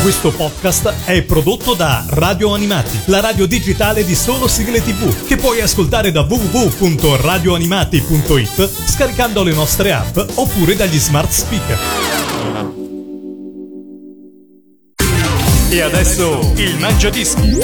Questo podcast è prodotto da Radio Animati, la radio digitale di solo sigle TV, che puoi ascoltare da www.radioanimati.it scaricando le nostre app oppure dagli smart speaker. E adesso il Mangiadischi.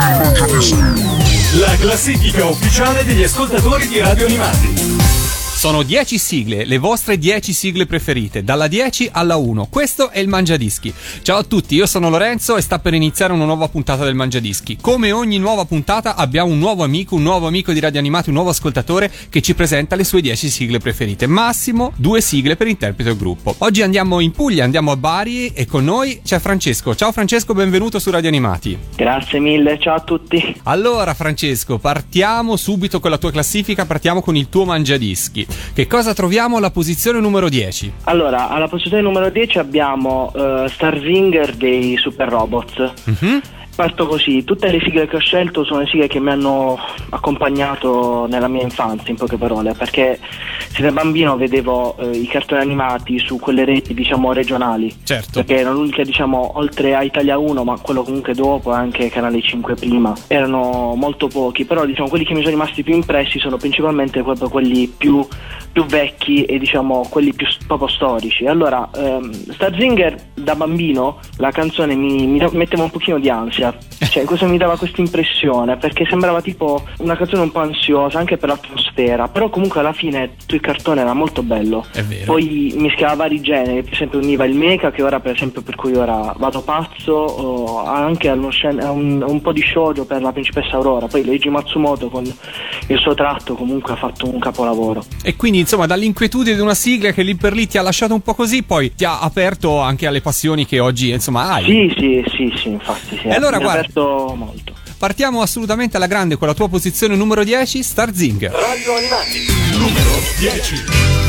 La classifica ufficiale degli ascoltatori di Radio Animati. Sono 10 sigle, le vostre 10 sigle preferite, dalla 10 alla 1. Questo è il Mangiadischi. Ciao a tutti, io sono Lorenzo e sta per iniziare una nuova puntata del Mangiadischi. Come ogni nuova puntata abbiamo un nuovo amico di Radio Animati, un nuovo ascoltatore che ci presenta le sue 10 sigle preferite. Massimo 2 sigle per interprete o gruppo. Oggi andiamo in Puglia, andiamo a Bari e con noi c'è Francesco. Ciao Francesco, benvenuto su Radio Animati. Grazie mille, ciao a tutti. Allora Francesco, partiamo subito con la tua classifica, partiamo con il tuo Mangiadischi. Che cosa troviamo alla posizione numero 10? Allora, alla posizione numero 10 abbiamo Starzinger dei Super Robots. Parto così, tutte le sigle che ho scelto sono le sigle che mi hanno accompagnato nella mia infanzia, in poche parole, perché sin da bambino vedevo i cartoni animati su quelle reti, diciamo, regionali. Certo. Perché erano l'unica, diciamo, oltre a Italia 1, ma quello comunque dopo, anche Canale 5 prima, erano molto pochi, però diciamo quelli che mi sono rimasti più impressi sono principalmente proprio quelli più vecchi e diciamo quelli più proprio storici. Allora, Starzinger da bambino la canzone mi metteva un pochino di ansia. Cioè, cosa mi dava questa impressione? Perché sembrava tipo una canzone un po' ansiosa anche per l'atmosfera, però comunque alla fine tutto il cartone era molto bello. È vero. Poi mischiava vari generi, per esempio univa il mecha, che ora per esempio per cui ora vado pazzo, o anche un po' di shoujo per la principessa Aurora. Poi Leiji Matsumoto con il suo tratto comunque ha fatto un capolavoro. E quindi insomma dall'inquietudine di una sigla che lì per lì ti ha lasciato un po' così, poi ti ha aperto anche alle passioni che oggi insomma hai. Sì, infatti sì. E allora mi ha guarda, aperto molto. Partiamo assolutamente alla grande con la tua posizione numero 10, Starzinger. Radio Animati, numero 10.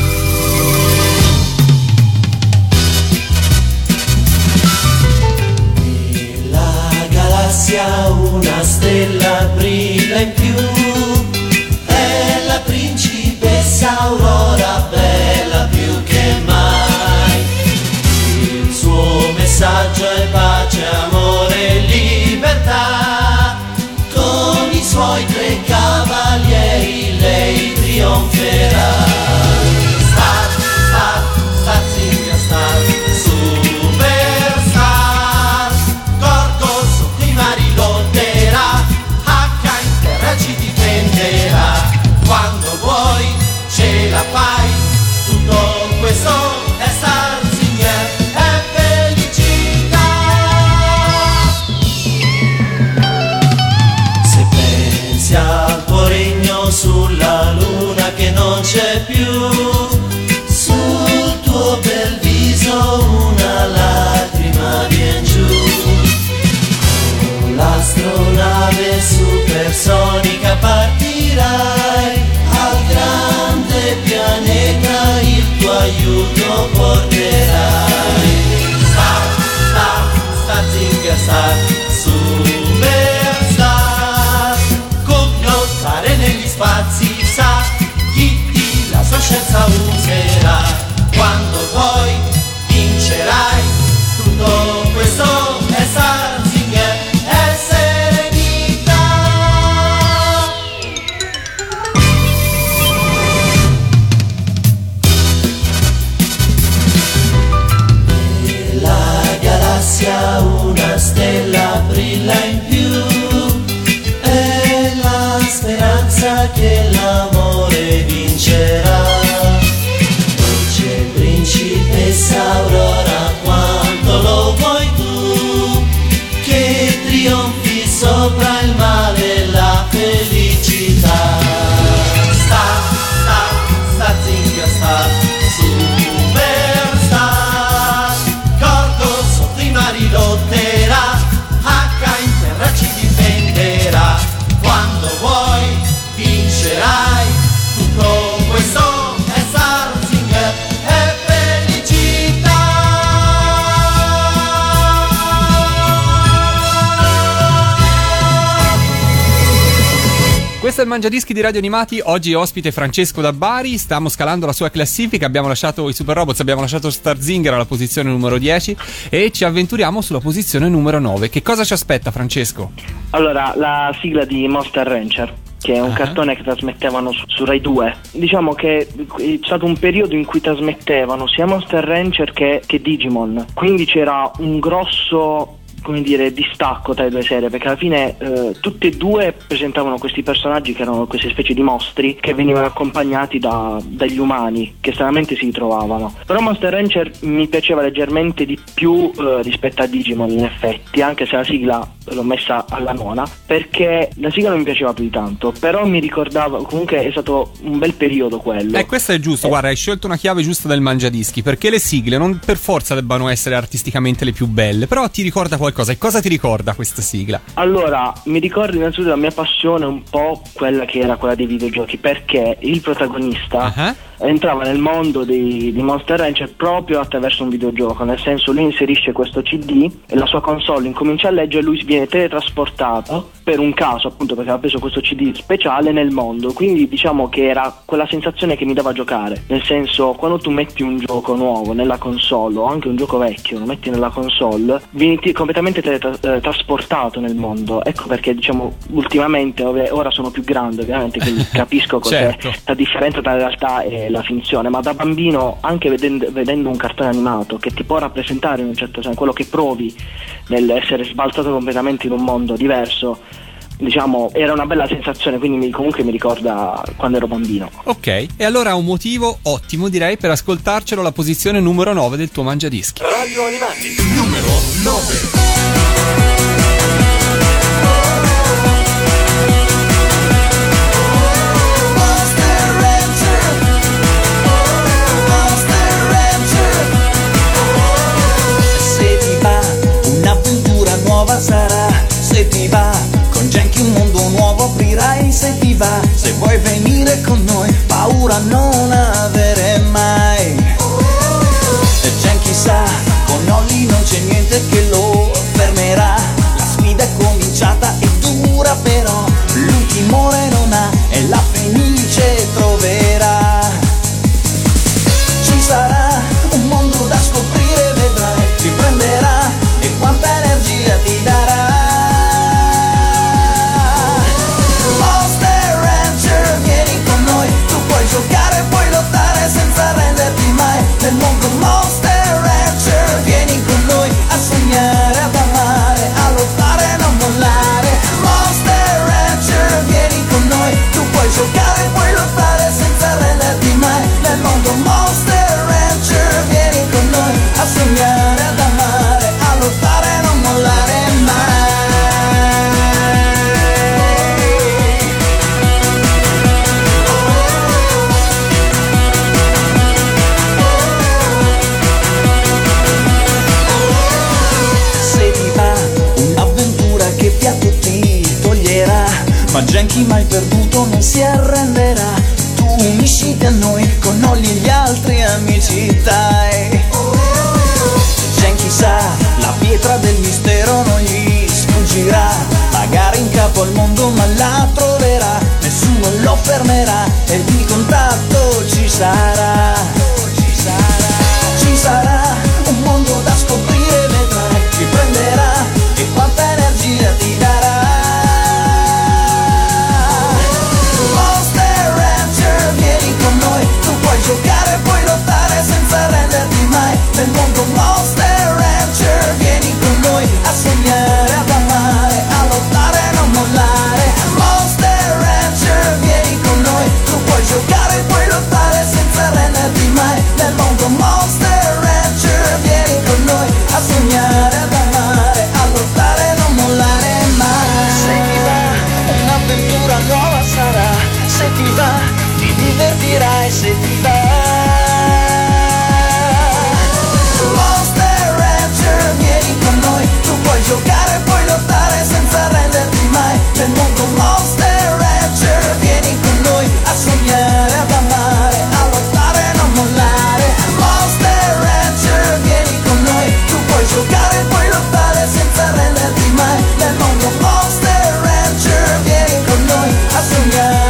Nella galassia una stella brilla in più, è la principessa Aurora, bella più che mai. Il suo messaggio è pace, amore e libertà. Con i suoi 3 cavalieri lei trionferà. Starzinger, superstar. Gorgo sotto i mari lotterà, H in terra ci difenderà. Quando vuoi ce la fai, tutto questo è Starzinger, è felicità. Se pensi al tuo regno sulla luna che non c'è più, sul tuo bel viso una lacrima vien giù. Con l'astronave supersonica partirai al grande pianeta, il tuo aiuto porterai. Starzinger, superstar. Complottare negli spazi sa, chi la sua scienza userà. Quando poi vincerai, tutto questo è Starzinger, è serenità. Nella galassia una stella Questo è il Mangiadischi di Radio Animati. Oggi ospite Francesco da Bari. Stiamo scalando la sua classifica. Abbiamo lasciato i Super Robots, abbiamo lasciato Starzinger alla posizione numero 10 e ci avventuriamo sulla posizione numero 9. Che cosa ci aspetta, Francesco? Allora, la sigla di Monster Rancher, che è un cartone che trasmettevano su Rai 2. Diciamo che è stato un periodo in cui trasmettevano sia Monster Rancher che Digimon, quindi c'era un grosso, come dire, distacco tra le due serie, perché alla fine tutte e due presentavano questi personaggi che erano queste specie di mostri che venivano accompagnati dagli umani che stranamente si ritrovavano. Però Monster Rancher mi piaceva leggermente di più rispetto a Digimon, in effetti, anche se la sigla l'ho messa alla nona, perché la sigla non mi piaceva più di tanto, però mi ricordava, comunque è stato un bel periodo quello. Questo è giusto, guarda, hai scelto una chiave giusta del Mangiadischi, perché le sigle non per forza debbano essere artisticamente le più belle, però ti ricorda qualcosa. E cosa ti ricorda questa sigla? Allora, mi ricorda innanzitutto la mia passione, un po' quella che era quella dei videogiochi, perché il protagonista entrava nel mondo di Monster Rancher proprio attraverso un videogioco, nel senso lui inserisce questo CD e la sua console incomincia a leggere e lui viene teletrasportato per un caso, appunto perché aveva preso questo CD speciale, nel mondo. Quindi diciamo che era quella sensazione che mi dava giocare, nel senso, quando tu metti un gioco nuovo nella console o anche un gioco vecchio lo metti nella console, vieni completamente trasportato nel mondo. Ecco perché diciamo ultimamente, ora sono più grande ovviamente, quindi capisco cos'è la differenza tra la realtà e la finzione, ma da bambino, anche vedendo un cartone animato che ti può rappresentare in un certo senso quello che provi nell'essere sbalzato completamente in un mondo diverso, diciamo era una bella sensazione, quindi comunque mi ricorda quando ero bambino. Ok, e allora un motivo ottimo, direi, per ascoltarcelo la posizione numero 9 del tuo Mangiadischi. Radio Animati numero 9. Sarà, se ti va, con Genki un mondo nuovo aprirai, se ti va, se vuoi venire con noi, paura non avere mai. E Genki sa, con Olli non c'è niente che lo fermerà, la sfida è cominciata e dura però, lui timore non ha e la fenice troverà. Ci sarà un mondo da scoprire, vedrai, ti prenderà e quanta energia ti darà. Monster Rancher, vieni con noi, tu puoi giocare, puoi lottare senza arrenderti mai. Nel mondo Monster Rancher, vieni con noi a sognare, ad amare, a lottare e non mollare. Monster Rancher, vieni con noi, tu puoi giocare, puoi lottare senza arrenderti mai. Nel mondo Monster Rancher, vieni con noi a sognare, ad amare, a lottare e non mollare mai. Se ti va un'avventura che fiato ti toglierà, ma Genki mai perduto non si arrenderà. Tu unisciti a noi con Olli e gli altri amici, dai. Genki sa, la pietra del mistero non gli sfuggirà, magari in capo al mondo ma la troverà, nessuno lo fermerà e di contatto ci sarà. Ci sarà un mondo da scoprire, vedrai, ti prenderà e quanta energia ti darà. Monster Rancher, vieni con noi, tu puoi giocare, puoi lottare senza arrenderti mai. Nel mondo Monster Rancher, vieni con noi a sognare, ad amare, a lottare e non mollare. Monster Rancher, vieni con noi, tu puoi giocare, puoi lottare senza arrenderti mai. Nel mondo Monster Rancher, vieni con noi a sognare, ad amare, a lottare e non mollare mai. Se ti va, un'avventura nuova sarà, se ti va, ti divertirai, se ti va. Monster Rancher, vieni con noi, tu puoi giocare, puoi lottare senza arrenderti mai. Nel mondo Monster Rancher, vieni con noi a sognare, ad amare, a lottare e non mollare. Monster Rancher, vieni con noi, tu puoi giocare, puoi lottare senza arrenderti mai. Nel mondo Monster Rancher, vieni con noi a sognare.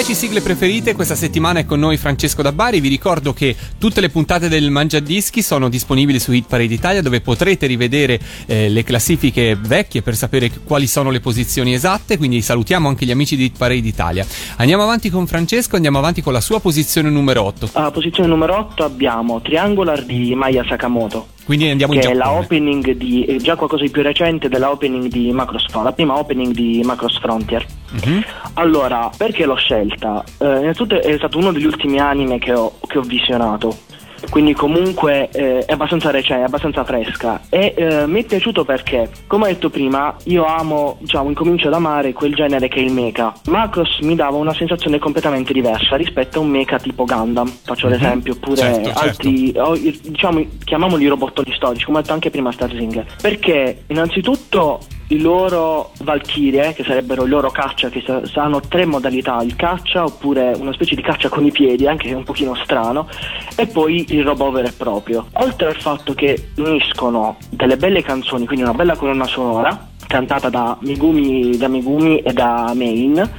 10 sigle preferite. Questa settimana è con noi Francesco da Bari. Vi ricordo che tutte le puntate del Mangiadischi sono disponibili su Hit Parade Italia, dove potrete rivedere le classifiche vecchie per sapere quali sono le posizioni esatte. Quindi salutiamo anche gli amici di Hit Parade Italia. Andiamo avanti con Francesco, andiamo avanti con la sua posizione numero 8. Alla posizione numero 8 abbiamo Triangular di Maya Sakamoto. Quindi andiamo in Giappone. Che è la Giappone. opening già qualcosa di più recente della opening di Macross, la prima opening di Macross Frontier. Allora, perché l'ho scelta? Innanzitutto è stato uno degli ultimi anime che ho visionato, quindi comunque è abbastanza recente, è abbastanza fresca, e mi è piaciuto perché, come ho detto prima, io amo, incomincio ad amare quel genere che è il mecha. Macross mi dava una sensazione completamente diversa rispetto a un mecha tipo Gundam, faccio l'esempio, oppure altri, chiamiamoli robottoni storici, come ho detto anche prima Starzinger, perché innanzitutto i loro Valkyrie, che sarebbero il loro caccia, che hanno 3 modalità: il caccia, oppure una specie di caccia con i piedi, anche se è un pochino strano, e poi il robot vero e proprio. Oltre al fatto che uniscono delle belle canzoni, quindi una bella colonna sonora cantata da Megumi e da Main,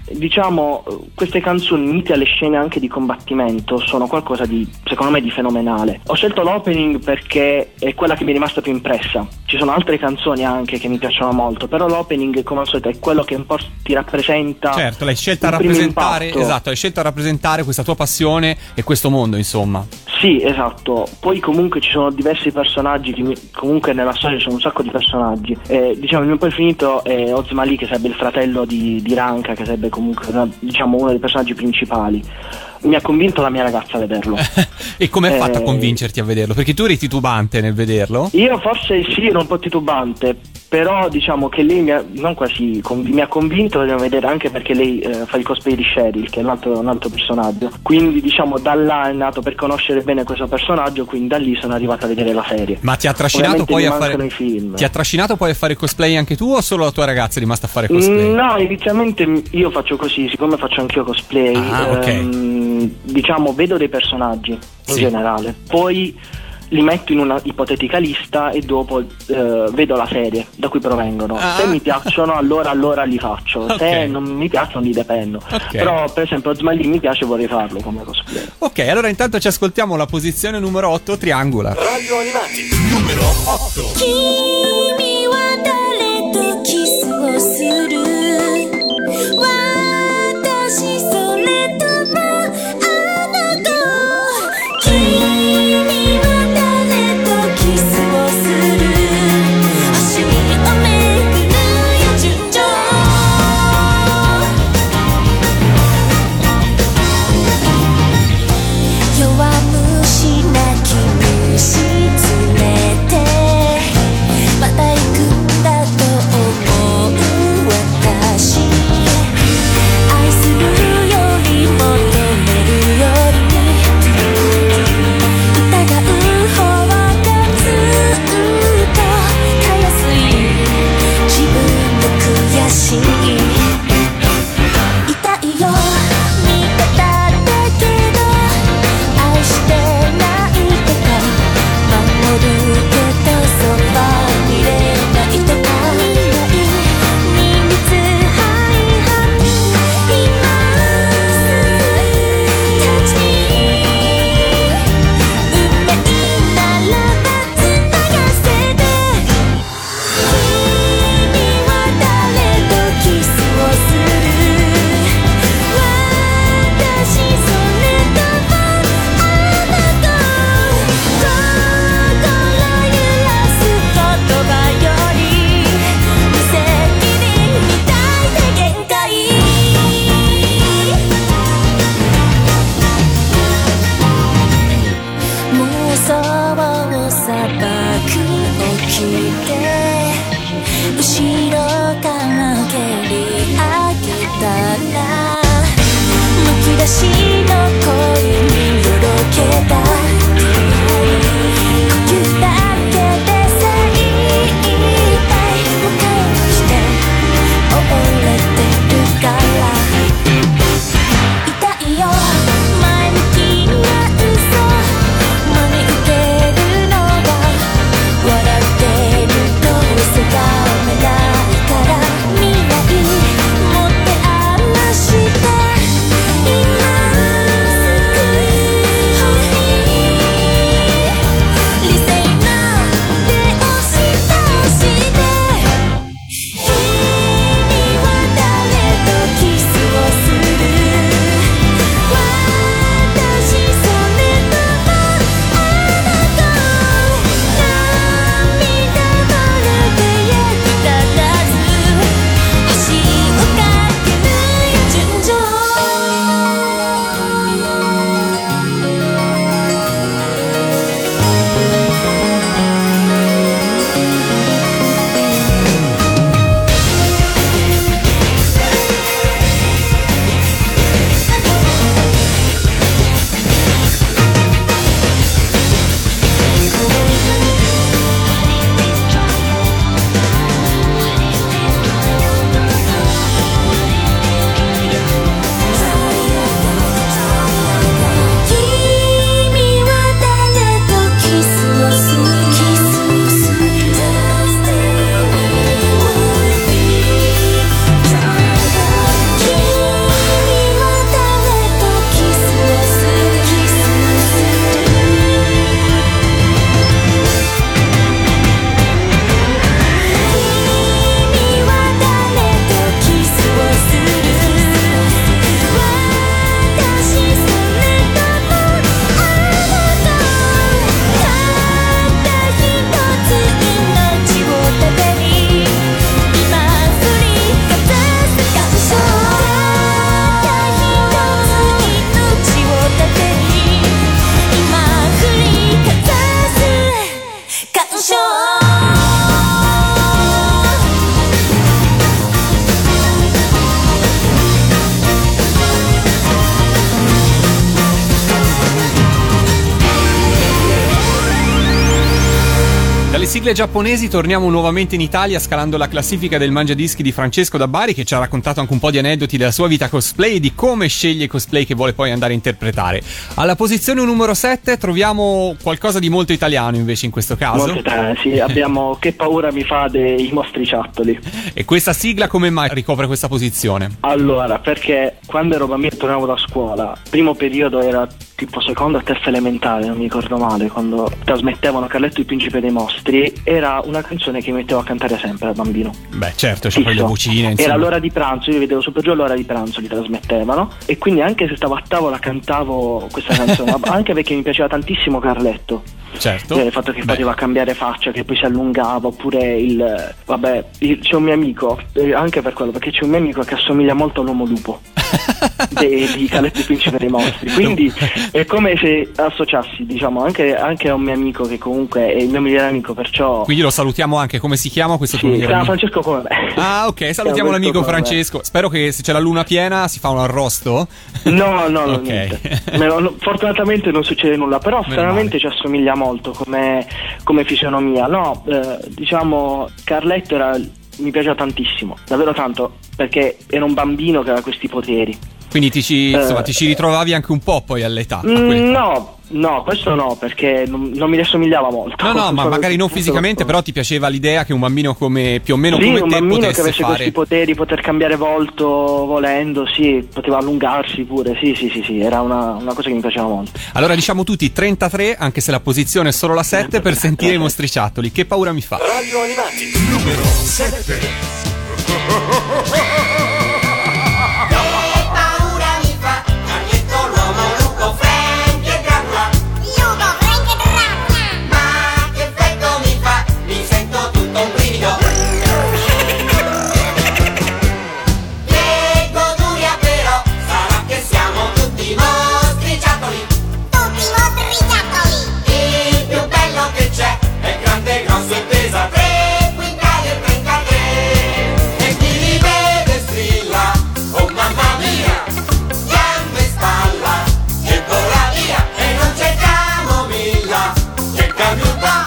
queste canzoni unite alle scene anche di combattimento sono qualcosa di, secondo me, di fenomenale. Ho scelto l'opening perché è quella che mi è rimasta più impressa. Ci sono altre canzoni anche che mi piacciono molto, però l'opening, come al solito, è quello che un po' ti rappresenta. Certo, l'hai scelta a rappresentare, esatto, hai scelto a rappresentare questa tua passione e questo mondo, insomma. Sì, esatto. Poi comunque ci sono diversi personaggi comunque nella storia ci sono un sacco di personaggi. Il mio preferito è Ozmali, che sarebbe il fratello di Ranka, che sarebbe comunque uno dei personaggi principali. Mi ha convinto la mia ragazza a vederlo. E com'è fatta a convincerti a vederlo? Perché tu eri titubante nel vederlo? Io forse sì, ero un po' titubante, però che lei mi ha convinto a vedere, anche perché lei fa il cosplay di Cheryl, che è un altro personaggio. Quindi da là è nato per conoscere bene questo personaggio, quindi da lì sono arrivato a vedere la serie. Ma ti ha trascinato poi a fare i film. Ti ha trascinato poi a fare cosplay anche tu, o solo la tua ragazza è rimasta a fare cosplay? No, inizialmente io faccio così, siccome faccio anch'io cosplay. Ok. Vedo dei personaggi in generale, poi li metto in una ipotetica lista e dopo vedo la serie da cui provengono. Se mi piacciono allora li faccio, se non mi piacciono li depenno. Però per esempio Ozmali mi piace, vorrei farlo come cosplay. Ok, allora intanto ci ascoltiamo la posizione numero 8, Triangular. Radio Animati numero 8. 君は誰とキスをする私それともあなた君は誰とキスをする星を巡るよ純情弱虫なき虫連れてまた行くんだと思う私愛するより求めるより疑う方がずっとたやすい自分で悔しい痛いよ味方だけど愛してないとか守るけどそばにいれないとか秘密配犯今たちに運命ならばつながせて君は誰とキスをする私それともあなた心揺らす言葉より無責任みたいで限界妄想をさばく起きて後ろから蹴り上げたらむき出しの恋によろけた呼吸だけで精一杯迎えにして溺れてるから痛いよ前向きな嘘真に受けるのが笑ってると嘘がめないから未来持って余して今 sigle giapponesi torniamo nuovamente in Italia scalando la classifica del Mangiadischi di Francesco da Bari, che ci ha raccontato anche un po' di aneddoti della sua vita cosplay e di come sceglie i cosplay che vuole poi andare a interpretare. Alla posizione numero 7 troviamo qualcosa di molto italiano invece in questo caso. Sì, abbiamo Che paura mi fa dei mostriciattoli. E questa sigla come mai ricopre questa posizione? Allora, perché quando ero bambino tornavo da scuola, primo periodo era tipo seconda o terza elementare, non mi ricordo male, quando trasmettevano Carletto il principe dei mostri, era una canzone che mettevo a cantare sempre da bambino. Beh, certo, c'è poi le vocine, insomma. Era l'ora di pranzo, io vedevo Super Giù all'ora di pranzo, li trasmettevano, e quindi anche se stavo a tavola cantavo questa canzone, anche perché mi piaceva tantissimo Carletto. Certo. Il fatto che faceva cambiare faccia, che poi si allungava, oppure c'è un mio amico, anche per quello, perché c'è un mio amico che assomiglia molto all'uomo lupo di Carletto il principe dei mostri, quindi è come se associassi, diciamo, anche a un mio amico che comunque è il mio migliore amico, perciò. Quindi lo salutiamo anche, come si chiama questo tuo migliore amico? Francesco come me. Ah, ok, salutiamo l'amico Francesco. Spero che se c'è la luna piena si fa un arrosto. No, okay. Niente. Fortunatamente non succede nulla, però stranamente ci assomiglia molto come fisionomia. No, diciamo, Carletto mi piaceva tantissimo, davvero tanto, perché era un bambino che aveva questi poteri. Quindi ti ci ritrovavi anche un po' poi all'età? No, questo no, perché non mi assomigliava molto. No, ma magari non fisicamente, però ti piaceva l'idea che un bambino più o meno come te potesse fare. Sì, un bambino che avesse questi poteri, poter cambiare volto volendo, sì, poteva allungarsi pure, sì, era una cosa che mi piaceva molto. Allora diciamo tutti 33, anche se la posizione è solo la 7, per sentire i mostriciattoli. Che paura mi fa? Radio Animati, numero 7. Grosso e pesa 3 quintali e 33. E chi li vede strilla, oh mamma mia, gambe e spalla e vola via. E non c'è camomilla che cambi un po'.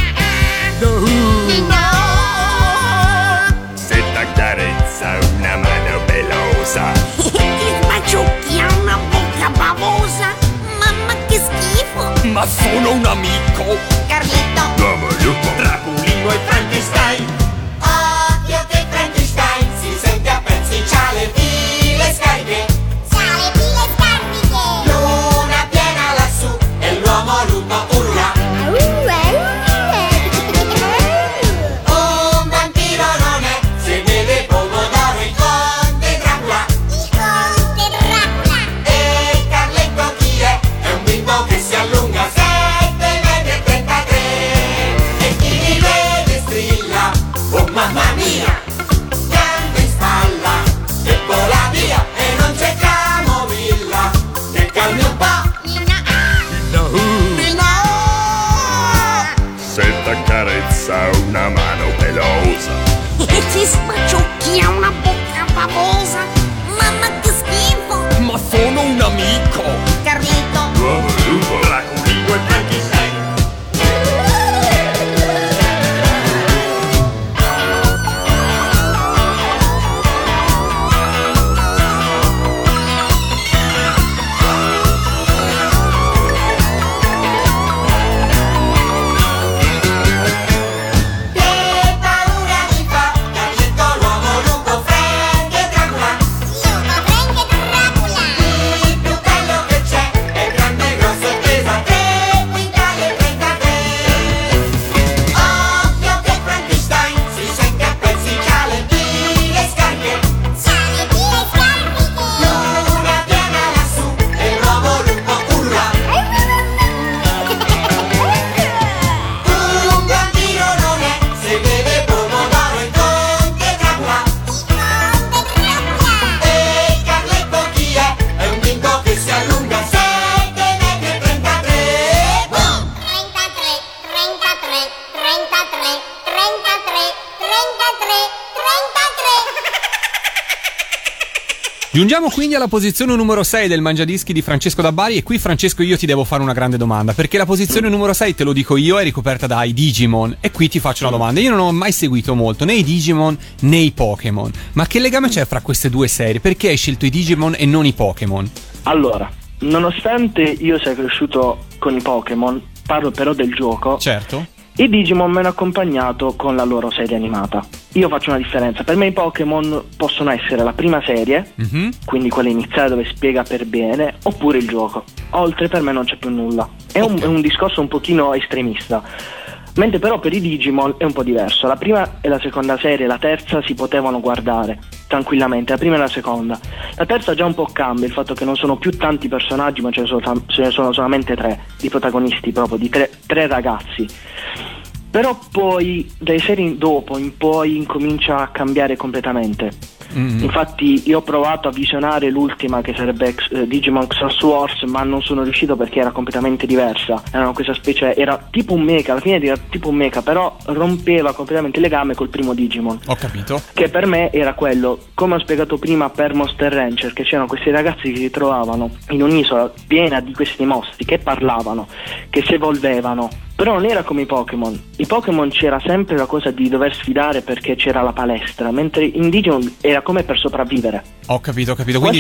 Se t'accarezza una mano pelosa, Ti sbaciucchi a una bocca bavosa. Mamma che schifo. ma sono un amico. Carletto, L'uomo lupo, Draculino e Frankenstein. Occhio che Frankenstein si sente a pezzi, c'ha le file scariche. c'ha le pile scarpiche. Luna piena lassù e l'uomo lupo urla. Un vampiro non è, se vede pomodoro il conte Dracula. Il conte Dracula. E Carletto chi è? È un bimbo che si allunga 7 metri e 33. E chi li vede strilla, oh mamma mia, gambe in spalla e vola via. E non c'è camomilla che calmi un po'. se t'accarezza una mano pelosa, Ti sbaciucchi a una bocca bavosa. Mamma che schifo. ma sono un amico. Carletto, L'uomo lupo, Draculino e Frankenstein. Che paura mi fa, Carletto l'uomo lupo, Frank e Dracula. Lupo, Frank e Dracula. Il più bello che c'è è grande, grosso e pesa 3 quintali e 33. Occhio che Frankenstein si sente a pezzi, c'ha le pile scariche. c'ha le pile scarpiche. Luna piena lassù e l'uomo lupo urla. Un bambino non è, se vede pomodoro il conte Dracula. E Carletto chi è? È un bimbo che si allunga 7 metri e 33. 33, 33, 33, 33, 33, 33. Giungiamo quindi alla posizione numero 6 del Mangiadischi di Francesco da Bari, e qui Francesco io ti devo fare una grande domanda, perché la posizione numero 6, te lo dico io, è ricoperta dai Digimon, e qui ti faccio una domanda. Io non ho mai seguito molto né i Digimon né i Pokémon, ma che legame c'è fra queste due serie? Perché hai scelto i Digimon e non i Pokémon? Allora, nonostante io sia cresciuto con i Pokémon, parlo però del gioco. Certo. I Digimon mi hanno accompagnato con la loro serie animata. Io faccio una differenza. Per me i Pokémon possono essere la prima serie, quindi quella iniziale dove spiega per bene, oppure il gioco. Oltre per me non c'è più nulla. È un discorso un pochino estremista. Mentre però per i Digimon è un po' diverso. La prima e la seconda serie, la terza si potevano guardare tranquillamente, la prima e la seconda. La terza già un po' cambia, il fatto che non sono più tanti personaggi, ma ce ne sono solamente 3 di protagonisti, proprio di tre ragazzi. Però poi dai serie dopo in poi incomincia a cambiare completamente. Infatti io ho provato a visionare l'ultima, che sarebbe Digimon Cross Wars, ma non sono riuscito perché era completamente diversa. Era questa specie, era tipo un mecha, alla fine era tipo un mecha, però rompeva completamente il legame col primo Digimon. Ho capito. Che per me era quello, come ho spiegato prima per Monster Rancher, che c'erano questi ragazzi che si trovavano in un'isola piena di questi mostri che parlavano, che si evolvevano. Però non era come i Pokémon. I Pokémon c'era sempre la cosa di dover sfidare perché c'era la palestra, mentre in Digimon era come per sopravvivere. Ho capito. Quindi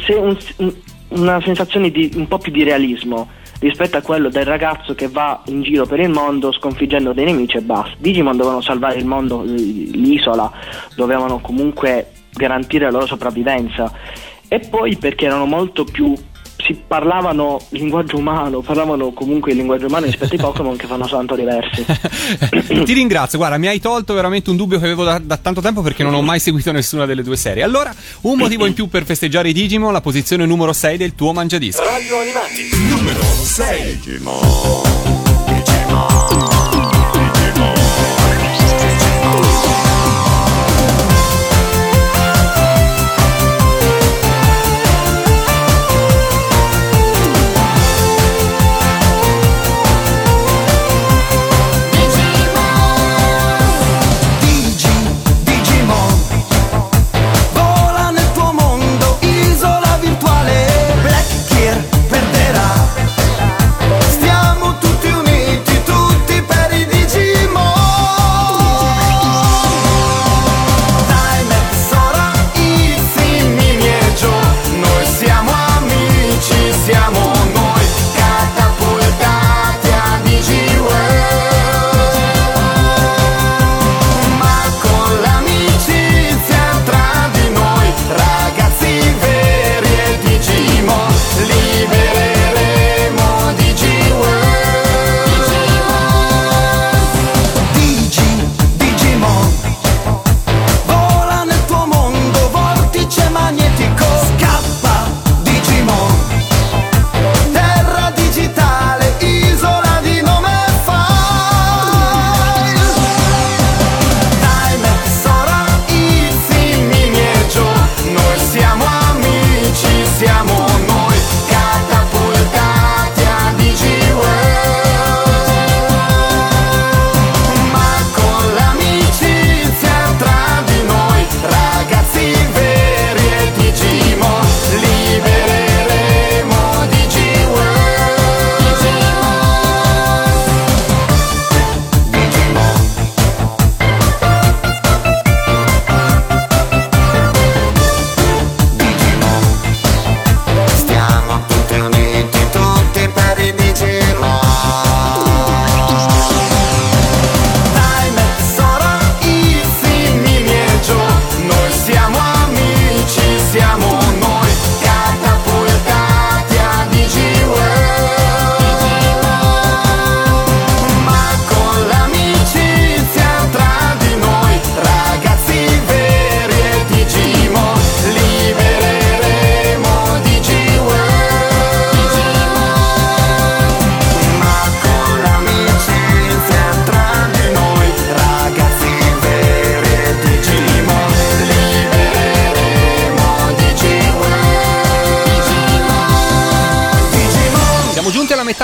una sensazione di un po' più di realismo rispetto a quello del ragazzo che va in giro per il mondo sconfiggendo dei nemici e basta. Digimon dovevano salvare il mondo, l'isola, dovevano comunque garantire la loro sopravvivenza. E poi perché erano molto più, si parlavano linguaggio umano, parlavano comunque il linguaggio umano rispetto ai Pokémon che fanno soltanto diversi. Ti ringrazio, guarda, mi hai tolto veramente un dubbio che avevo da tanto tempo, perché non ho mai seguito nessuna delle due serie. Allora, un motivo in più per festeggiare i Digimon, la posizione numero 6 del tuo Mangiadischi. Radio Animati, numero 6. Digimon. Stiamo tutti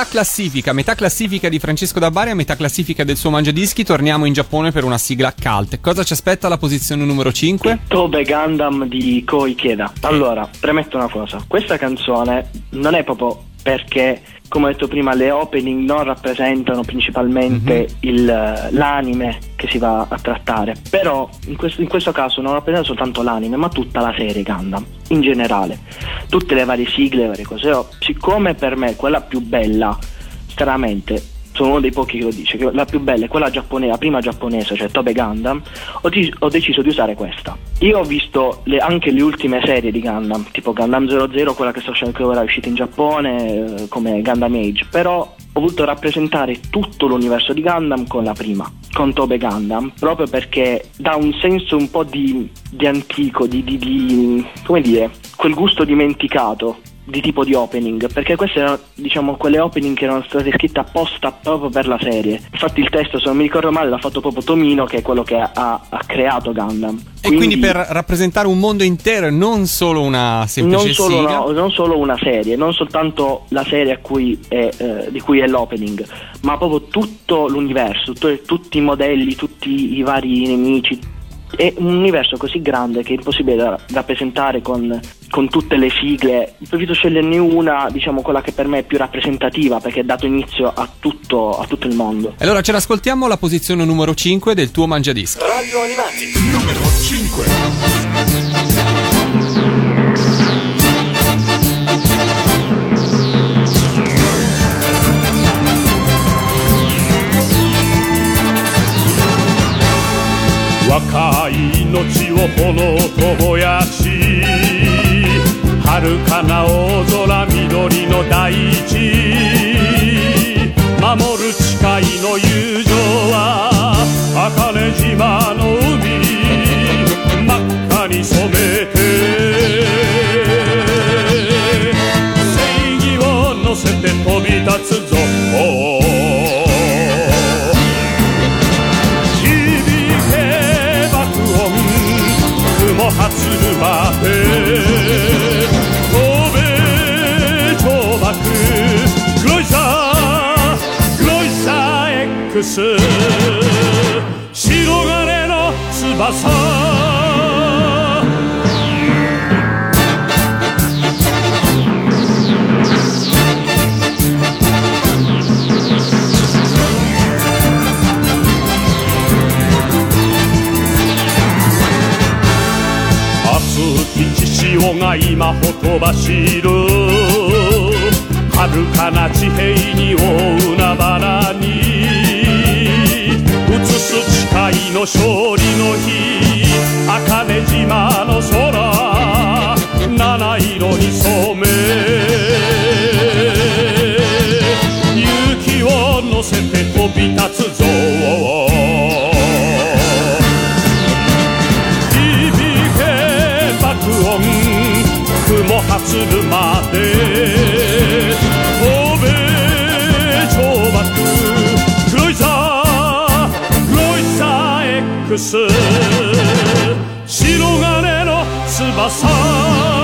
metà classifica di Francesco Da Bari, a metà classifica del suo Mangiadischi. Torniamo in Giappone per una sigla cult. Cosa ci aspetta alla posizione numero 5? Tobe Gundam di Ko Ikeda. Allora, premetto una cosa, questa canzone non è proprio perché, come ho detto prima, le opening non rappresentano principalmente l'anime che si va a trattare, però in questo caso non rappresenta soltanto l'anime, ma tutta la serie Gundam in generale, tutte le varie sigle, le varie cose. Siccome per me quella più bella, stranamente sono uno dei pochi che lo dice, che la più bella è quella giapponese, la prima giapponese, cioè Tobe Gundam, ho deciso di usare questa. Io ho visto anche le ultime serie di Gundam, tipo Gundam 00, quella che sto facendo che ora è uscita in Giappone, come Gundam Age, però ho voluto rappresentare tutto l'universo di Gundam con la prima, con Tobe Gundam, proprio perché dà un senso un po' di antico, di come dire, quel gusto dimenticato di tipo di opening, perché queste erano, diciamo, quelle opening che erano state scritte apposta proprio per la serie. Infatti il testo, se non mi ricordo male, l'ha fatto proprio Tomino, che è quello che ha creato Gundam. E quindi per rappresentare un mondo intero e non solo una semplice sigla? Non solo una serie, non soltanto la serie di cui è l'opening, ma proprio tutto l'universo, tutti i modelli, tutti i vari nemici. È un universo così grande che è impossibile da rappresentare con tutte le sigle. Ho preferito sceglierne una, diciamo quella che per me è più rappresentativa, perché ha dato inizio a tutto il mondo. Allora ce l'ascoltiamo alla posizione numero 5 del tuo Mangiadischi. Radio Animati, numero 5. 若い命を炎と燃やし遥かな大空緑の大地守る誓いの友情は茜島の海真っ赤に染めて正義を乗せて飛び立つぞ雲発るまで飛べ超爆グロイサー X 白金の翼潮が今ほとばしる遥かな地平に大海原に映す誓いの勝利の日茜島の空七色に染め勇気を乗せて飛び立つぞ雲発るまで飛べ超爆グロイサー X 白金の翼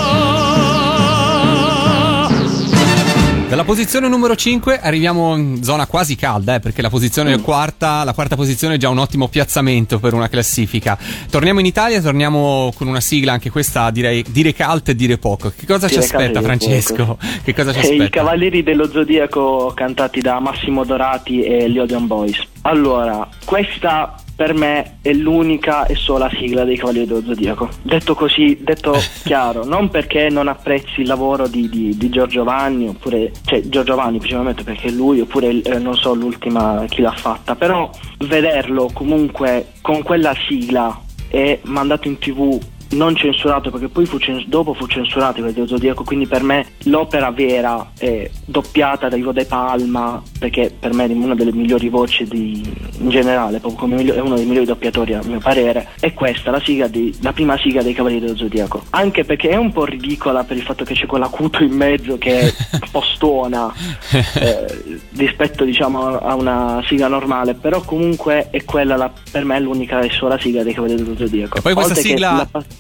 Dalla posizione numero 5 arriviamo in zona quasi calda, perché la posizione quarta posizione è già un ottimo piazzamento per una classifica. Torniamo in Italia, torniamo con una sigla, anche questa dire cult e dire poco. Che cosa ci aspetta, Francesco? Che cosa ci aspetta? I Cavalieri dello Zodiaco cantati da Massimo Dorati e gli Odeon Boys. Allora, questa per me è l'unica e sola sigla dei Cavalieri dello Zodiaco. Detto così, detto chiaro, non perché non apprezzi il lavoro di Giorgio Vanni, oppure, cioè Giorgio Vanni principalmente perché è lui, oppure non so l'ultima chi l'ha fatta, però vederlo comunque con quella sigla e mandato in TV non censurato, perché poi dopo fu censurato quello dello Zodiaco, quindi per me l'opera vera è doppiata da Ivo De Palma, perché per me è una delle migliori voci in generale, proprio è uno dei migliori doppiatori a mio parere, è questa, la prima sigla dei Cavalieri dello Zodiaco, anche perché è un po' ridicola per il fatto che c'è quell'acuto in mezzo che è un po' stona rispetto, diciamo, a una sigla normale, però comunque è quella per me l'unica e sola sigla dei Cavalieri dello Zodiaco. E poi questa sigla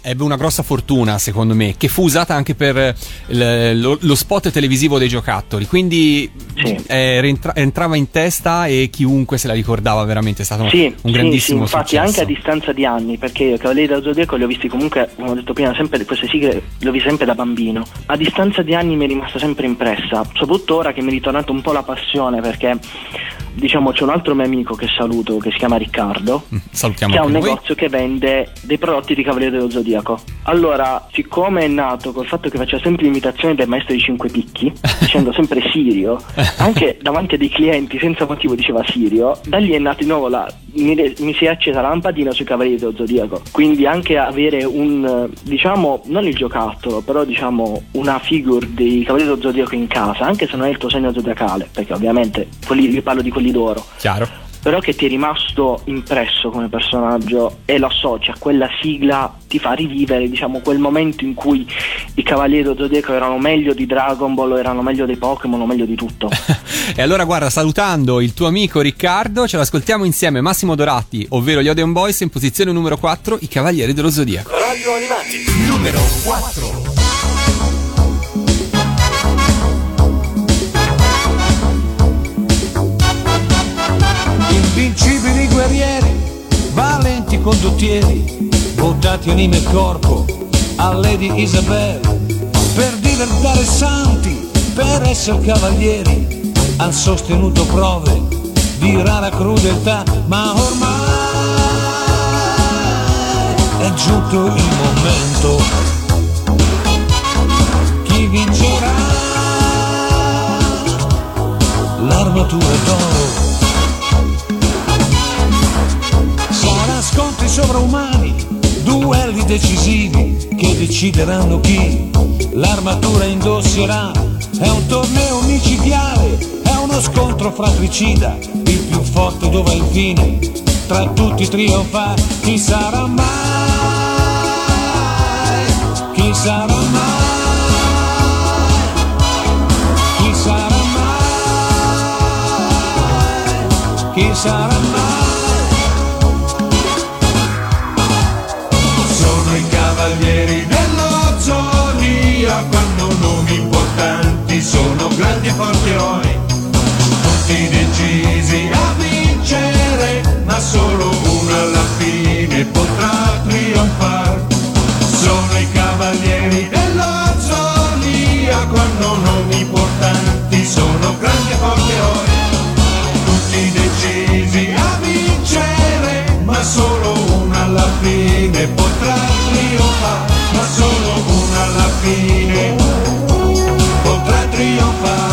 ebbe una grossa fortuna, secondo me, che fu usata anche per lo spot televisivo dei giocattoli, quindi Sì. entrava in testa e chiunque se la ricordava, veramente è stato un grandissimo infatti successo. anche a distanza di anni, perché io Cavalieri dello Zodiaco li ho visti comunque, come ho detto prima, sempre queste sigle le ho viste sempre da bambino. A distanza di anni mi è rimasta sempre impressa, soprattutto ora che mi è ritornata un po' la passione, perché diciamo c'è un altro mio amico che saluto, che si chiama Riccardo, Salutiamo che ha un anche noi. negozio che vende dei prodotti di Cavaliere dello Zodiaco. Allora, siccome è nato col fatto che faceva sempre l'imitazione del maestro di 5 picchi, dicendo sempre Sirio, anche davanti a dei clienti senza motivo diceva Sirio, da lì è nato di nuovo mi si è accesa la lampadina sui Cavalieri dello Zodiaco. Quindi anche avere un, diciamo, non il giocattolo, però diciamo una figure dei Cavalieri dello Zodiaco in casa, anche se non è il tuo segno zodiacale, perché ovviamente io parlo di quelli d'oro, Chiaro. però che ti è rimasto impresso come personaggio e lo associ a quella sigla, ti fa rivivere, diciamo, quel momento in cui i Cavalieri dello Zodiaco erano meglio di Dragon Ball, erano meglio dei Pokémon, o meglio di tutto. E allora guarda, salutando il tuo amico Riccardo, ce l'ascoltiamo insieme Massimo Doratti, ovvero gli Odeon Boys, in posizione numero 4, i Cavalieri dello Zodiaco. Radio Animati, numero 4. Invincibili guerrieri, valenti condottieri, buttati anima e corpo a Lady Isabel, per diventare santi, per essere cavalieri, han sostenuto prove di rara crudeltà, ma ormai è giunto il momento. Chi vincerà? L'armatura d'oro. Sarà scontri sovraumani, duelli decisivi che decideranno chi l'armatura indosserà. È un torneo micidiale, è uno scontro fratricida, il più forte dovrà infine tra tutti trionfare. Chi sarà mai? Chi sarà mai? Chi sarà mai? Chi sarà mai? Sono i Cavalieri dello Zodiaco, hanno nomi importanti, sono grandi e forti eroi, tutti decisi a vincere, ma solo uno alla fine potrà trionfare. Sono i Cavalieri dello Zodiaco, hanno nomi importanti, sono grandi e forti eroi, tutti decisi a vincere, ma solo uno alla fine potrà trionfare, ma solo uno alla fine potrà trionfare.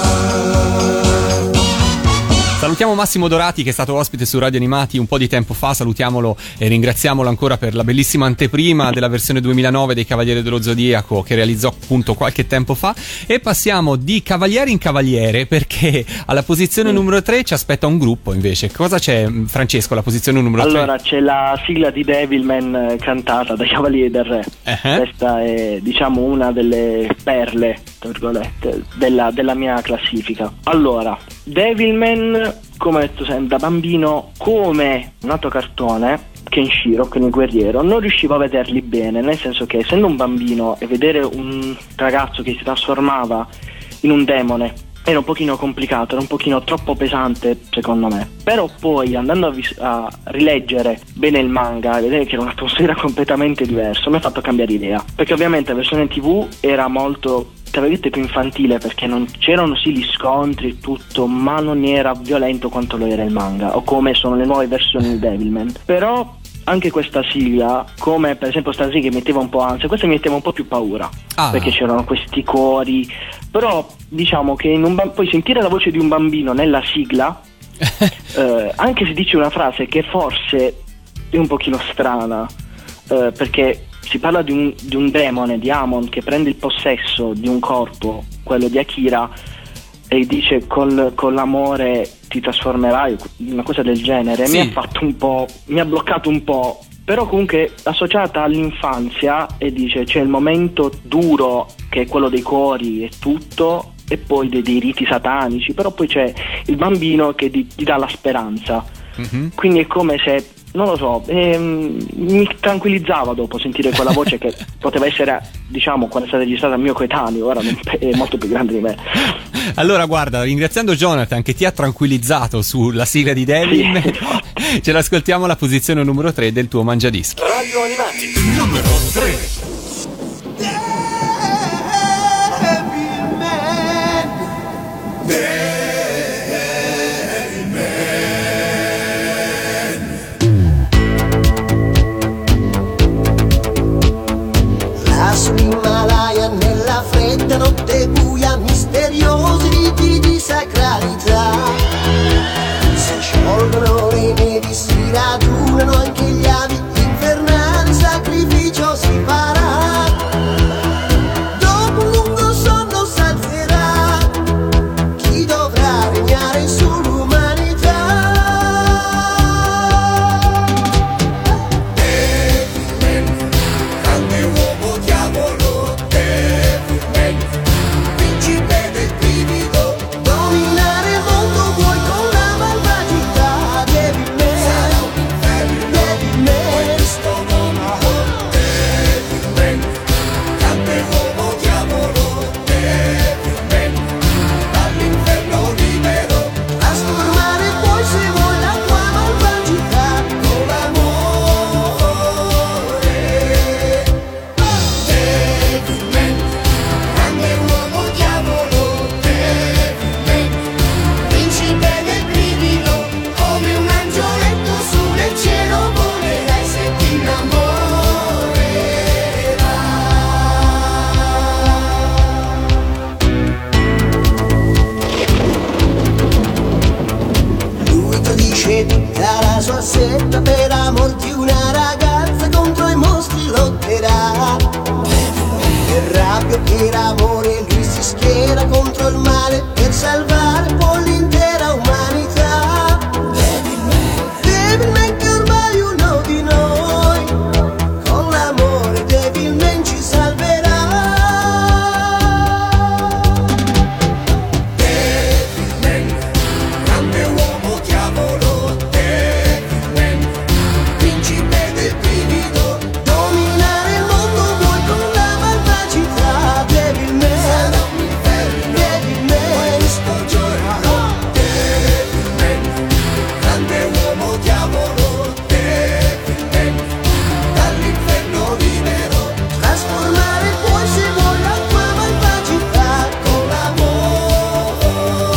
Salutiamo Massimo Dorati, che è stato ospite su Radio Animati un po' di tempo fa, salutiamolo e ringraziamolo ancora per la bellissima anteprima della versione 2009 dei Cavalieri dello Zodiaco che realizzò appunto qualche tempo fa. E passiamo di cavaliere in cavaliere, perché alla posizione numero 3 ci aspetta un gruppo invece. Cosa c'è, Francesco, alla posizione numero 3? Allora c'è la sigla di Devilman cantata dai Cavalieri del Re. Questa è, diciamo, una delle perle, tra virgolette, della mia classifica. Allora, Devilman, come ho detto sempre, da bambino, come un altro cartone, Kenshiro, con il guerriero, non riuscivo a vederli bene, nel senso che essendo un bambino e vedere un ragazzo che si trasformava in un demone era un pochino complicato, era un pochino troppo pesante secondo me. Però poi andando a rileggere bene il manga e vedere che era un'atmosfera completamente diversa, mi ha fatto cambiare idea, perché ovviamente la versione TV era molto, tra virgolette, più infantile, perché non c'erano sì gli scontri e tutto, ma non era violento quanto lo era il manga, o come sono le nuove versioni di Devilman. Però anche questa sigla, come per esempio sta sigla che metteva un po' ansia, questa mi metteva un po' più paura, perché c'erano questi cori. Però diciamo che poi sentire la voce di un bambino nella sigla anche se dice una frase che forse è un pochino strana, perché si parla di un demone, di Amon, che prende il possesso di un corpo, quello di Akira, e dice con l'amore ti trasformerai, una cosa del genere. Sì. Mi ha bloccato un po', però comunque associata all'infanzia, e dice c'è il momento duro che è quello dei cori e tutto, e poi dei riti satanici, però poi c'è il bambino che ti dà la speranza. Mm-hmm. Quindi è come se non lo so, mi tranquillizzava dopo sentire quella voce che poteva essere, diciamo, quando è stata registrata al mio coetaneo, ora è molto più grande di me. Allora guarda, ringraziando Jonathan che ti ha tranquillizzato sulla sigla di Devil, sì, ce l'ascoltiamo alla posizione numero 3 del tuo Mangiadischi. Radio Animati numero 3. L'Himalaya nella fredda notte buia, misteriosi riti di sacralità. Si sciolgono le nevi, si radunano anche gli avi, infernale sacrificio si farà. Dopo un lungo sonno s'alzerà chi dovrà regnare sull'umanità. Grande uomo diavolo, Devilman, principe del brivido, Dominare il mondo vuoi con la malvagità. Devilman, sarà un inferno, poi questo mondo. Devilman, grande uomo diavolo, Devilman, dall'inferno libero, trasformare poi se vuoi la tua malvagità con l'amore. Devilman, grande uomo diavolo, Devilman, principe del brivido, come un angioletto su nel cielo volerai se ti Lui ti dice tutta la sua setta, per amor di una ragazza contro i mostri lotterà. Per rabbia, per amore lui si schiera contro il male, per salvare poi l'intera umanità. Devilman che ormai è uno di noi, con l'amore Devilman ci salverà. Devilman, grande uomo diavolo, Devilman, principe del brivido, Dominare il mondo vuoi con la malvagità. Devilman, sarà un inferno, Devilman, questo giorno. Devilman, grande uomo diavolo, Devilman, dall'inferno libero, trasformare poi se vuoi la tua malvagità con l'amore.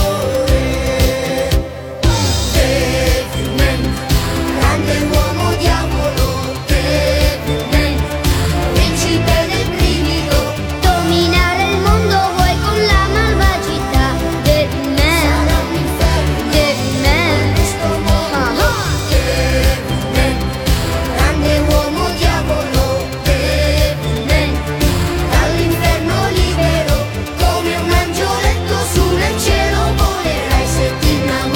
Devilman, grande uomo diavolo, Devilman, principe del brivido, Dominare il mondo vuoi con la malvagità. Devilman, Devilman, questo mondo. Devilman, grande uomo diavolo, Devilman, dall'inferno libero, come un angioletto su nel cielo volerai se ti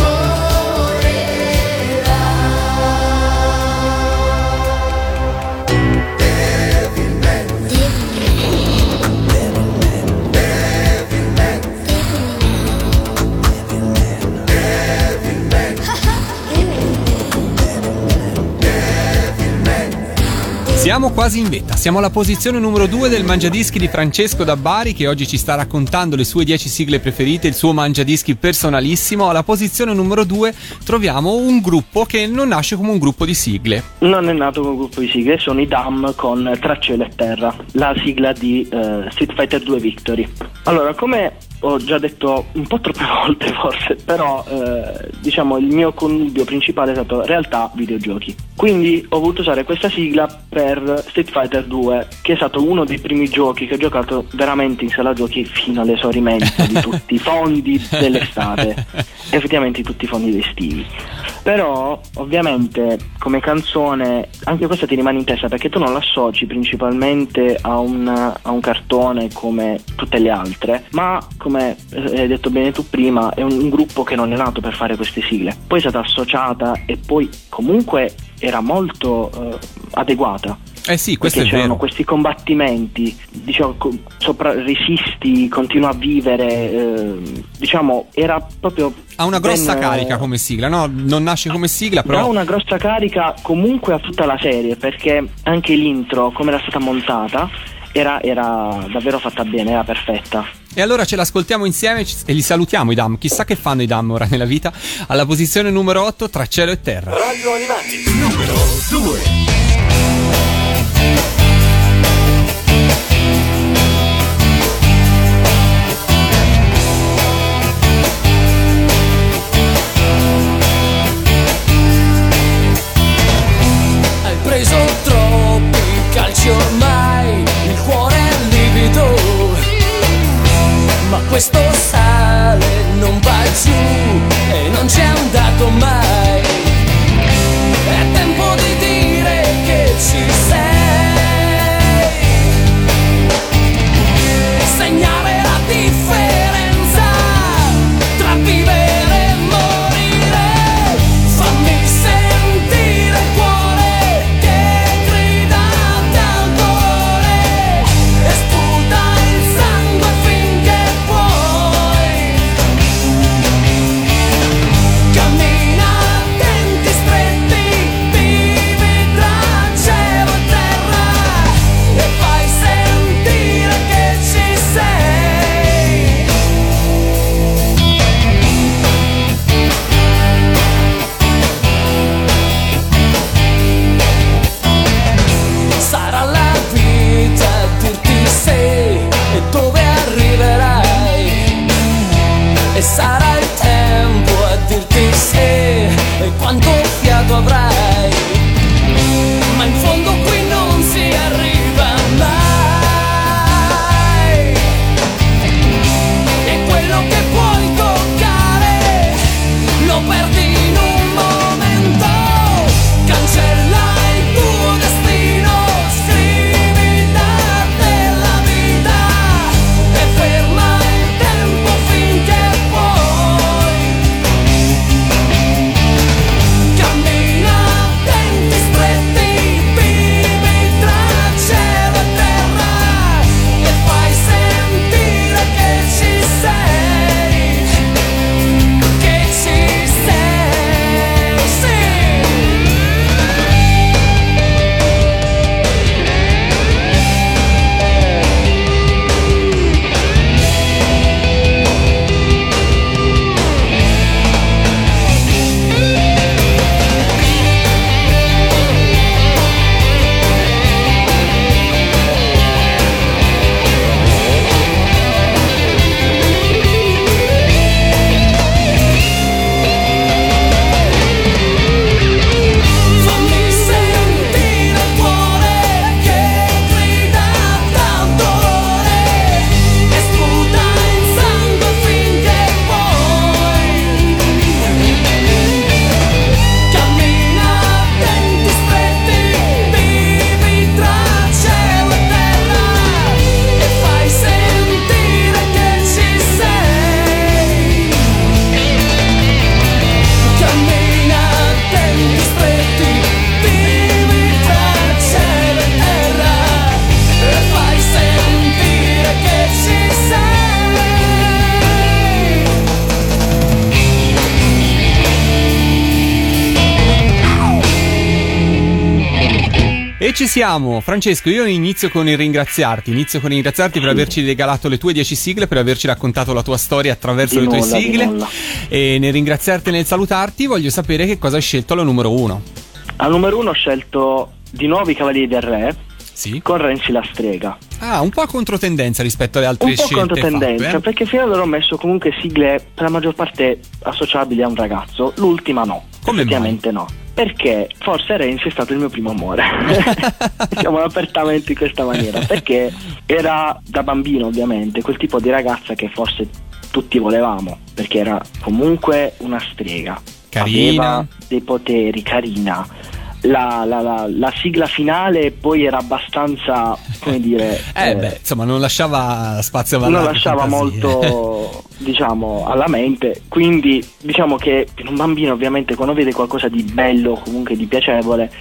Siamo quasi in vetta, siamo alla posizione numero 2 del Mangiadischi di Francesco da Bari, che oggi ci sta raccontando le sue 10 sigle preferite, il suo Mangiadischi personalissimo. Alla posizione numero 2 troviamo un gruppo che non nasce come un gruppo di sigle. Non è nato come un gruppo di sigle, sono i Dam con Tra cielo e terra, la sigla di Street Fighter 2 Victory. Allora, come ho già detto un po' troppe volte forse, però diciamo il mio connubio principale è stato realtà videogiochi. Quindi ho voluto usare questa sigla per Street Fighter 2, che è stato uno dei primi giochi che ho giocato veramente in sala giochi fino all'esaurimento di tutti i fondi dell'estate, effettivamente di tutti i fondi estivi. Però ovviamente come canzone anche questa ti rimane in testa, perché tu non l'associ principalmente a un cartone come tutte le altre, ma come hai detto bene tu prima è un gruppo che non è nato per fare queste sigle, poi è stata associata e poi comunque era molto adeguata Sì, questo perché è c'erano vero. questi combattimenti, diciamo, resisti, continua a vivere, diciamo, era proprio ha una grossa carica come sigla, no? Non nasce come sigla, però ha una grossa carica comunque a tutta la serie, perché anche l'intro, come era stata montata, era davvero fatta bene, era perfetta. E allora ce l'ascoltiamo insieme e li salutiamo i Dam. Chissà che fanno i Dam ora nella vita. Alla posizione numero 8, Tra cielo e terra. Radio Animati numero 2. Hai preso troppi calci ormai, il cuore è livido, ma questo sale non va giù e non c'è andato mai. È tempo di dire che ci sei, segnare la differenza tra vivere e morire. Fammi sentire il cuore che grida dal dolore e sputa il sangue finché puoi. Cammina a denti stretti, vivi tra cielo e terra e fai sentire che ci sei. Sarà la vita a dirti se e dove arriverai, e sarà il tempo a dirti se e quanto fiato avrai, ma in fondo qui non si arriva mai. E quello che puoi toccare lo perdi in un momento. Cancella il tuo destino, scrivi da della vita e ferma il tempo finché puoi. Cammina a denti stretti, vivi tra cielo e terra e fai sentire che ci sei, che ci sei, sì. Fammi sentire il cuore che grida dal dolore e sputa il sangue finché puoi. Cammina a denti stretti, vivi tra cielo e terra e fai sentire che ci sei. Cammina a denti stretti, vivi tra cielo e terra e fai sentire che ci sei. E ci siamo. Francesco, io inizio con ringraziarti per averci regalato le tue 10 sigle, per averci raccontato la tua storia attraverso Di le tue nulla, di sigle. nulla. E nel ringraziarti e nel salutarti voglio sapere che cosa hai scelto alla numero 1. Al numero 1 ho scelto di nuovo I Cavalieri del Re, Sì. con Renzi la strega. Ah, un po' a controtendenza rispetto alle altre Un po' scelte controtendenza, fatte, perché fino ad ora ho messo comunque sigle per la maggior parte associabili a un ragazzo, l'ultima no. Come effettivamente no. Perché forse Renzi è stato il mio primo amore. Diciamo apertamente in questa maniera. Perché era da bambino, ovviamente, quel tipo di ragazza che forse tutti volevamo. Perché era comunque una strega. Carina. Aveva dei poteri, carina. La sigla finale poi era abbastanza, come dire, insomma non lasciava spazio a non lasciava molto, diciamo, alla mente. Quindi diciamo che per un bambino, ovviamente, quando vede qualcosa di bello, comunque di piacevole,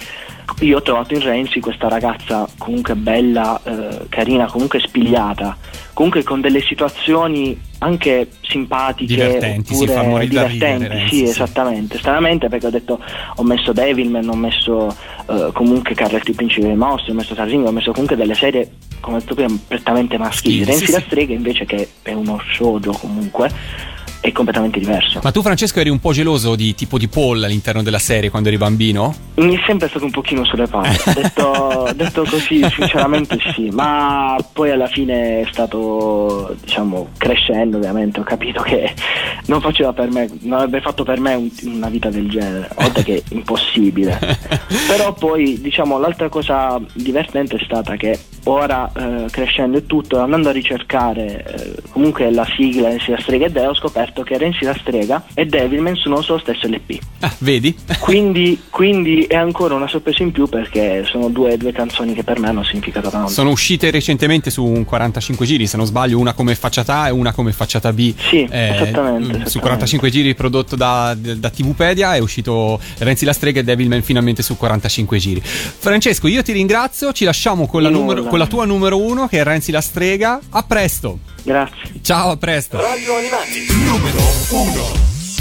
io ho trovato in Renzi questa ragazza comunque bella, carina, comunque spigliata, comunque con delle situazioni anche simpatiche, divertenti, si fa morire da ridere, Renzi, sì, esattamente, stranamente, perché ho detto, ho messo Devilman, ho messo comunque Carletti il Principe dei Mostri, ho messo Tarzan, ho messo comunque delle serie, come ho detto prima, prettamente maschili. Renzi la strega invece, che è uno shoujo comunque, è completamente diverso. Ma tu, Francesco, eri un po' geloso di tipo di Paul all'interno della serie quando eri bambino? Mi è sempre stato un pochino sulle palle, detto così, sinceramente sì, ma poi alla fine è stato, diciamo, crescendo, ovviamente ho capito che non faceva per me, non avrebbe fatto per me una vita del genere, oltre che impossibile. Però poi, diciamo, l'altra cosa divertente è stata che ora, crescendo e tutto, andando a ricercare comunque la sigla Renzi la strega e Deo, ho scoperto che Renzi la strega e Devilman sono sullo stesso LP. Vedi? Quindi è ancora una sorpresa in più, perché sono due canzoni che per me hanno significato tanto. Sono uscite recentemente su un 45 giri, se non sbaglio, una come facciata A e una come facciata B. Sì, esattamente. Su 45 giri prodotto da TVpedia è uscito Renzi la strega e Devilman finalmente su 45 giri. Francesco, io ti ringrazio, ci lasciamo con la tua numero 1, che è Renzi la strega. A presto. Grazie. Ciao, a presto. Radio Animati numero 1.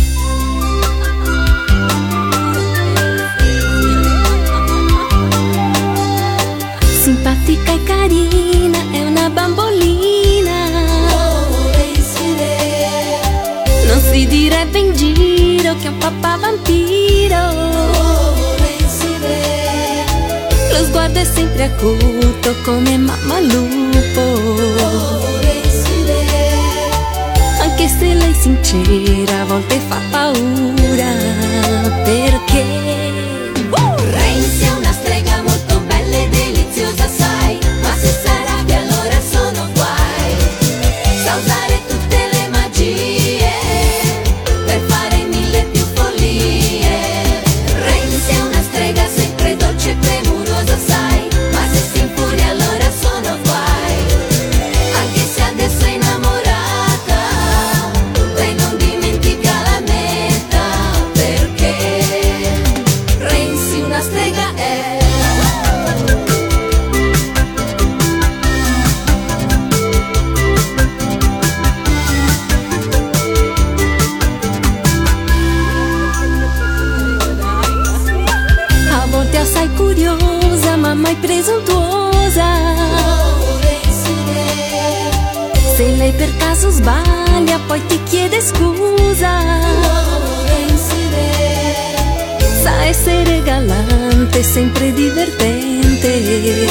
Simpatica e carina, è una bambolina. Non si direbbe in giro che è un papà vampiro. Lo sguardo è sempre acuto come mamma lupo. Anche se lei sincera a volte fa paura, perché Renzi è una strega molto bella e deliziosa, sai, ma se s'arrabbia allora sono guai. Sa usare tutte le magie per fare mille più follie. Renzi è una strega sempre dolce e premurosa, sai, ma se si infuria allora sono guai. Anche se adesso è innamorata, lei non dimentica la meta, perché Renzi una strega è. A volte assai curiosa, ma mai presuntuosa. Se lei per caso sbaglia, poi ti chiede scusa. Sa essere galante, sempre divertente.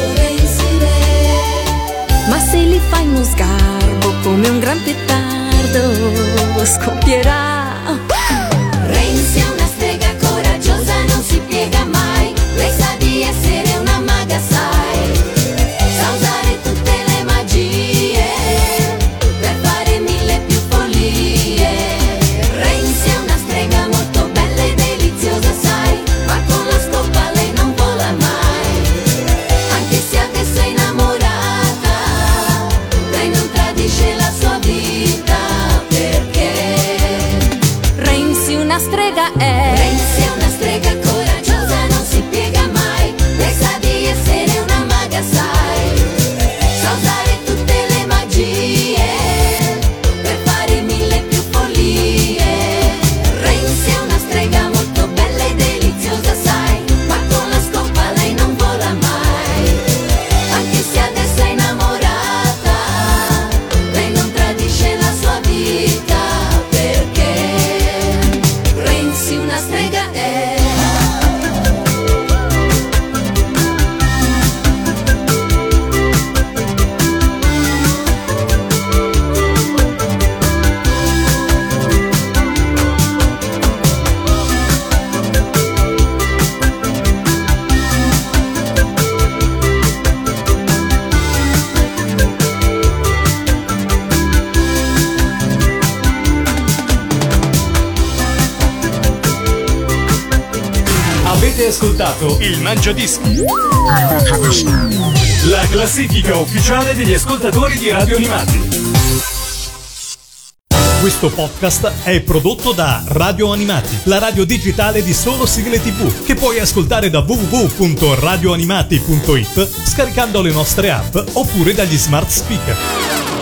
Ma se li fai uno sgarbo come un gran petardo, scoppierà. Renzi è una strega coraggiosa, non si piega mai. Lei sa di essere una maga, sai. Sa usare tutte le magie per fare mille più follie. Renzi è una strega molto bella e deliziosa, sai, ma con la scopa lei non vola mai. Anche se adesso è innamorata, lei non tradisce la sua vita, perché Renzi una strega è. Renzi è una strega coraggiosa, non si piega mai. Lei sa di essere una maga, sai. Sa usare tutte le magie per fare mille più follie. Renzi è una strega molto bella e deliziosa, sai, ma con la scopa lei non vola mai. Anche se adesso è innamorata, lei non tradisce la sua vita, perché Renzi una strega è. Avete ascoltato il Mangiadischi, la classifica ufficiale degli ascoltatori di Radio Animati. Questo podcast è prodotto da Radio Animati, la radio digitale di solo sigle TV, che puoi ascoltare da www.radioanimati.it scaricando le nostre app oppure dagli smart speaker.